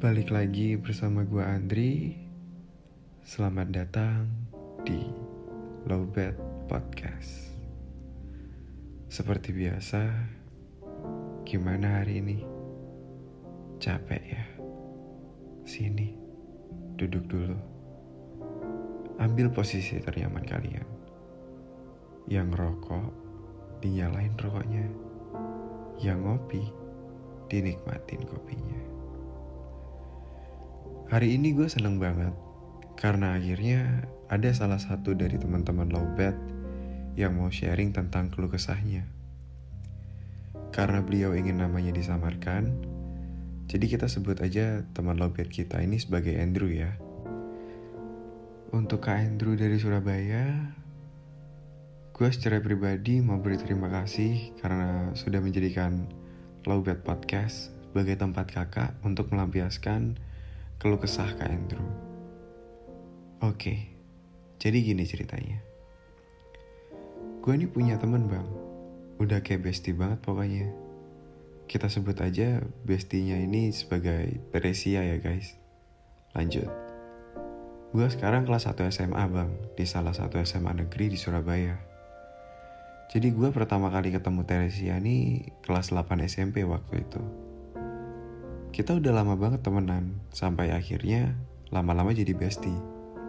Balik lagi bersama gue Andri. Selamat datang di Lowbat Podcast. Seperti biasa, gimana hari ini? Capek ya? Sini, duduk dulu. Ambil posisi ternyaman kalian. Yang rokok, dinyalain rokoknya. Yang ngopi, dinikmatin kopinya. Hari ini gue seneng banget karena akhirnya ada salah satu dari teman-teman Lowbat yang mau sharing tentang keluh kesahnya. Karena beliau ingin namanya disamarkan, jadi kita sebut aja teman Lowbat kita ini sebagai Andrew ya. Untuk Kak Andrew dari Surabaya, gue secara pribadi mau berterima kasih karena sudah menjadikan Lowbat Podcast sebagai tempat kakak untuk melampiaskan keluh kesah Kak Andrew. Oke, jadi gini ceritanya. Gue ini punya temen bang, udah kayak bestie banget pokoknya. Kita sebut aja bestinya ini sebagai Teresia ya guys. Lanjut. Gue sekarang kelas 1 SMA bang, di salah satu SMA negeri di Surabaya. Jadi gue pertama kali ketemu Teresia ini kelas 8 SMP waktu itu. Kita udah lama banget temenan, sampai akhirnya lama-lama jadi bestie.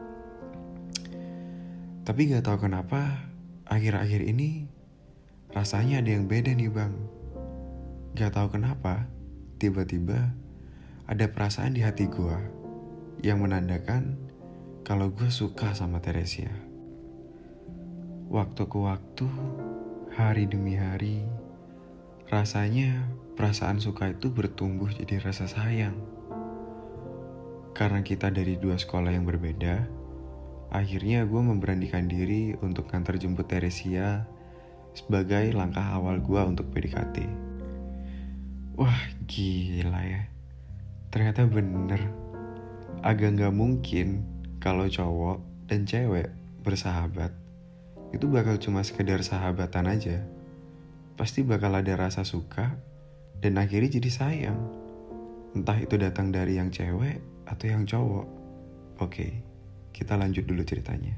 Tapi gak tahu kenapa, akhir-akhir ini rasanya ada yang beda nih bang. Gak tahu kenapa, tiba-tiba ada perasaan di hati gue yang menandakan kalau gue suka sama Teresia. Waktu ke waktu, hari demi hari, rasanya perasaan suka itu bertumbuh jadi rasa sayang. Karena kita dari dua sekolah yang berbeda, akhirnya gue memberanikan diri untuk nganter jemput Teresia sebagai langkah awal gue untuk PDKT. Wah gila ya, ternyata bener. Agak gak mungkin kalau cowok dan cewek bersahabat itu bakal cuma sekedar sahabatan aja. Pasti bakal ada rasa suka dan akhirnya jadi sayang. Entah itu datang dari yang cewek atau yang cowok. Oke, kita lanjut dulu ceritanya.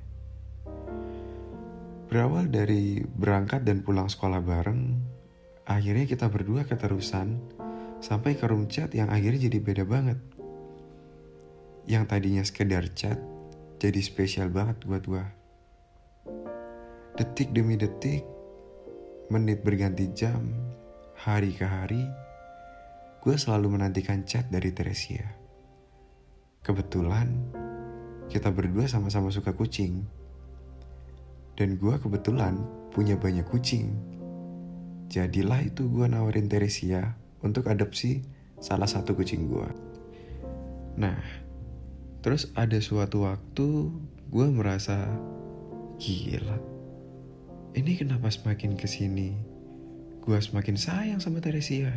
Berawal dari berangkat dan pulang sekolah bareng, akhirnya kita berdua keterusan sampai ke room chat yang akhirnya jadi beda banget. Yang tadinya sekedar chat jadi spesial banget buat gue. Detik demi detik, menit berganti jam, hari ke hari, gue selalu menantikan chat dari Teresia. Kebetulan, kita berdua sama-sama suka kucing. Dan gue kebetulan punya banyak kucing. Jadilah itu gue nawarin Teresia untuk adopsi salah satu kucing gue. Nah, terus ada suatu waktu gue merasa, gila, ini kenapa semakin kesini gue semakin sayang sama Teresia.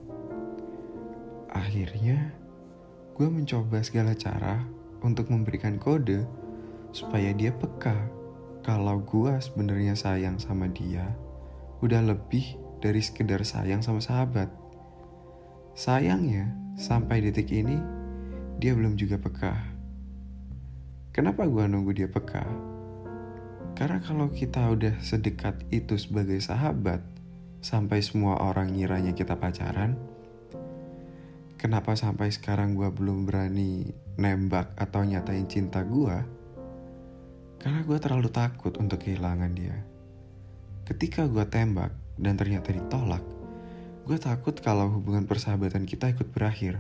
Akhirnya gue mencoba segala cara untuk memberikan kode supaya dia peka kalau gue sebenarnya sayang sama dia udah lebih dari sekedar sayang sama sahabat. Sayangnya sampai detik ini dia belum juga peka. Kenapa gue nunggu dia peka? Karena kalau kita udah sedekat itu sebagai sahabat, sampai semua orang ngiranya kita pacaran, kenapa sampai sekarang gue belum berani nembak atau nyatain cinta gue? Karena gue terlalu takut untuk kehilangan dia. Ketika gue tembak dan ternyata ditolak, gue takut kalau hubungan persahabatan kita ikut berakhir.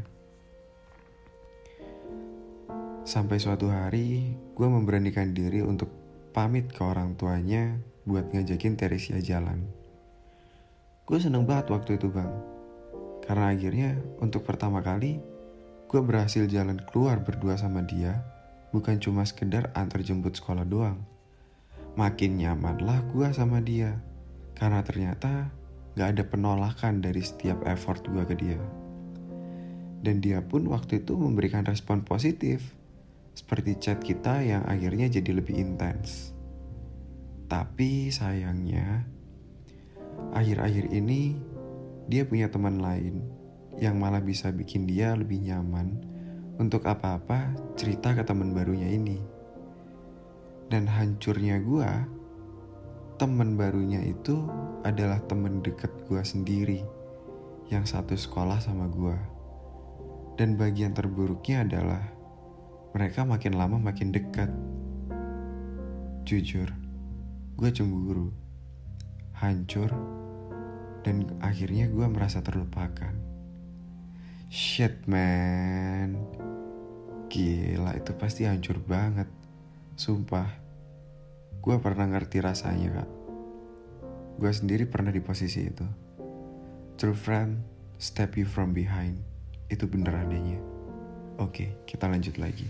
Sampai suatu hari, gue memberanikan diri untuk pamit ke orang tuanya buat ngajakin Teresia jalan. Gue seneng banget waktu itu bang, karena akhirnya untuk pertama kali gue berhasil jalan keluar berdua sama dia, bukan cuma sekedar antar jemput sekolah doang. Makin nyamanlah gue sama dia, karena ternyata gak ada penolakan dari setiap effort gue ke dia. Dan dia pun waktu itu memberikan respon positif, seperti chat kita yang akhirnya jadi lebih intens. Tapi sayangnya, akhir-akhir ini dia punya teman lain yang malah bisa bikin dia lebih nyaman untuk apa-apa cerita ke teman barunya ini. Dan hancurnya gue, teman barunya itu adalah teman dekat gue sendiri yang satu sekolah sama gue. Dan bagian terburuknya adalah mereka makin lama makin dekat. Jujur, gue cemburu, hancur, dan akhirnya gue merasa terlupakan. Shit man, gila itu pasti hancur banget. Sumpah, gue pernah ngerti rasanya kak. Gue sendiri pernah di posisi itu. True friend, step you from behind. Itu bener adanya. Oke, kita lanjut lagi.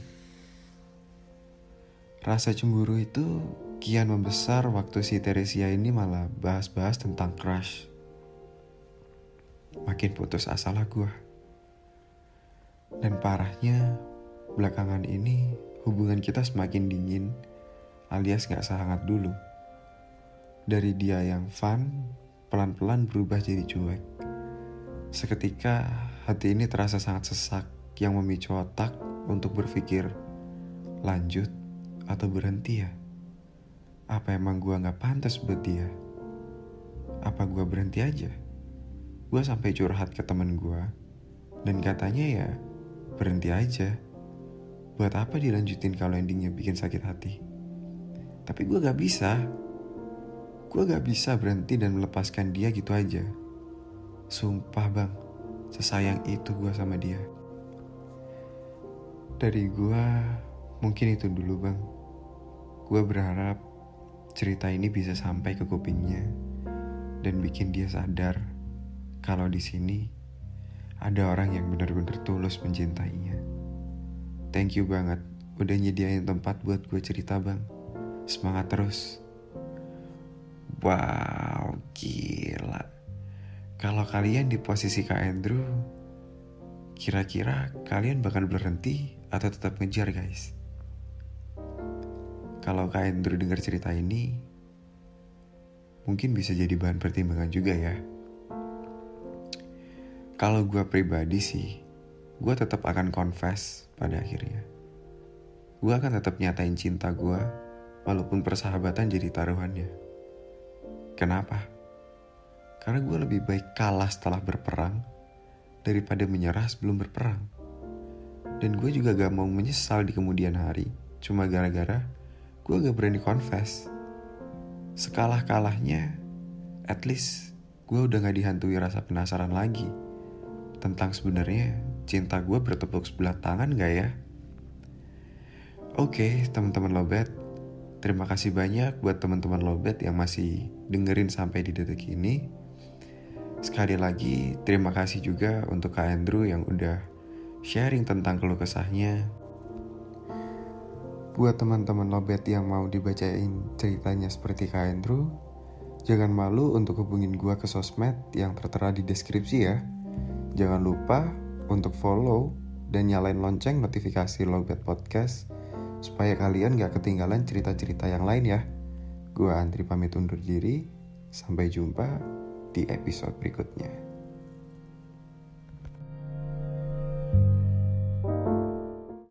Rasa cemburu itu kian membesar waktu si Teresia ini malah bahas-bahas tentang crush. Makin putus asalah gue. Dan parahnya, belakangan ini hubungan kita semakin dingin alias gak sehangat dulu. Dari dia yang fun, pelan-pelan berubah jadi cuek. Seketika hati ini terasa sangat sesak yang memicu otak untuk berpikir, lanjut atau berhenti ya? Apa emang gue gak pantas buat dia? Apa gue berhenti aja? Gue sampai curhat ke temen gue, dan katanya ya berhenti aja. Buat apa dilanjutin kalau endingnya bikin sakit hati? Tapi gue gak bisa. Gue gak bisa berhenti dan melepaskan dia gitu aja. Sumpah bang, sesayang itu gue sama dia. Dari gue, mungkin itu dulu bang. Gue berharap cerita ini bisa sampai ke kupingnya dan bikin dia sadar kalau di sini ada orang yang benar-benar tulus mencintainya. Thank you banget udah nyediain tempat buat gue cerita bang. Semangat terus. Wow, gila. Kalau kalian di posisi Kak Andrew, kira-kira kalian bakal berhenti atau tetap ngejar guys? Kalau Kak Andrew dengar cerita ini, mungkin bisa jadi bahan pertimbangan juga ya. Kalau gue pribadi sih, gue tetap akan confess pada akhirnya. Gue akan tetap nyatain cinta gue, walaupun persahabatan jadi taruhannya. Kenapa? Karena gue lebih baik kalah setelah berperang daripada menyerah sebelum berperang. Dan gue juga gak mau menyesal di kemudian hari cuma gara-gara gue gak berani confess. Sekalah-kalahnya, at least gue udah gak dihantui rasa penasaran lagi tentang sebenarnya cinta gue bertepuk sebelah tangan gak ya? Oke, teman-teman Lobet, terima kasih banyak buat teman-teman Lobet yang masih dengerin sampai di detik ini. Sekali lagi, terima kasih juga untuk Kak Andrew yang udah sharing tentang keluh kesahnya. Buat teman-teman Lobet yang mau dibacain ceritanya seperti Kak Andrew, jangan malu untuk hubungin gue ke sosmed yang tertera di deskripsi ya. Jangan lupa untuk follow dan nyalain lonceng notifikasi Lobet Podcast supaya kalian gak ketinggalan cerita-cerita yang lain ya. Gue Andri pamit undur diri, sampai jumpa di episode berikutnya.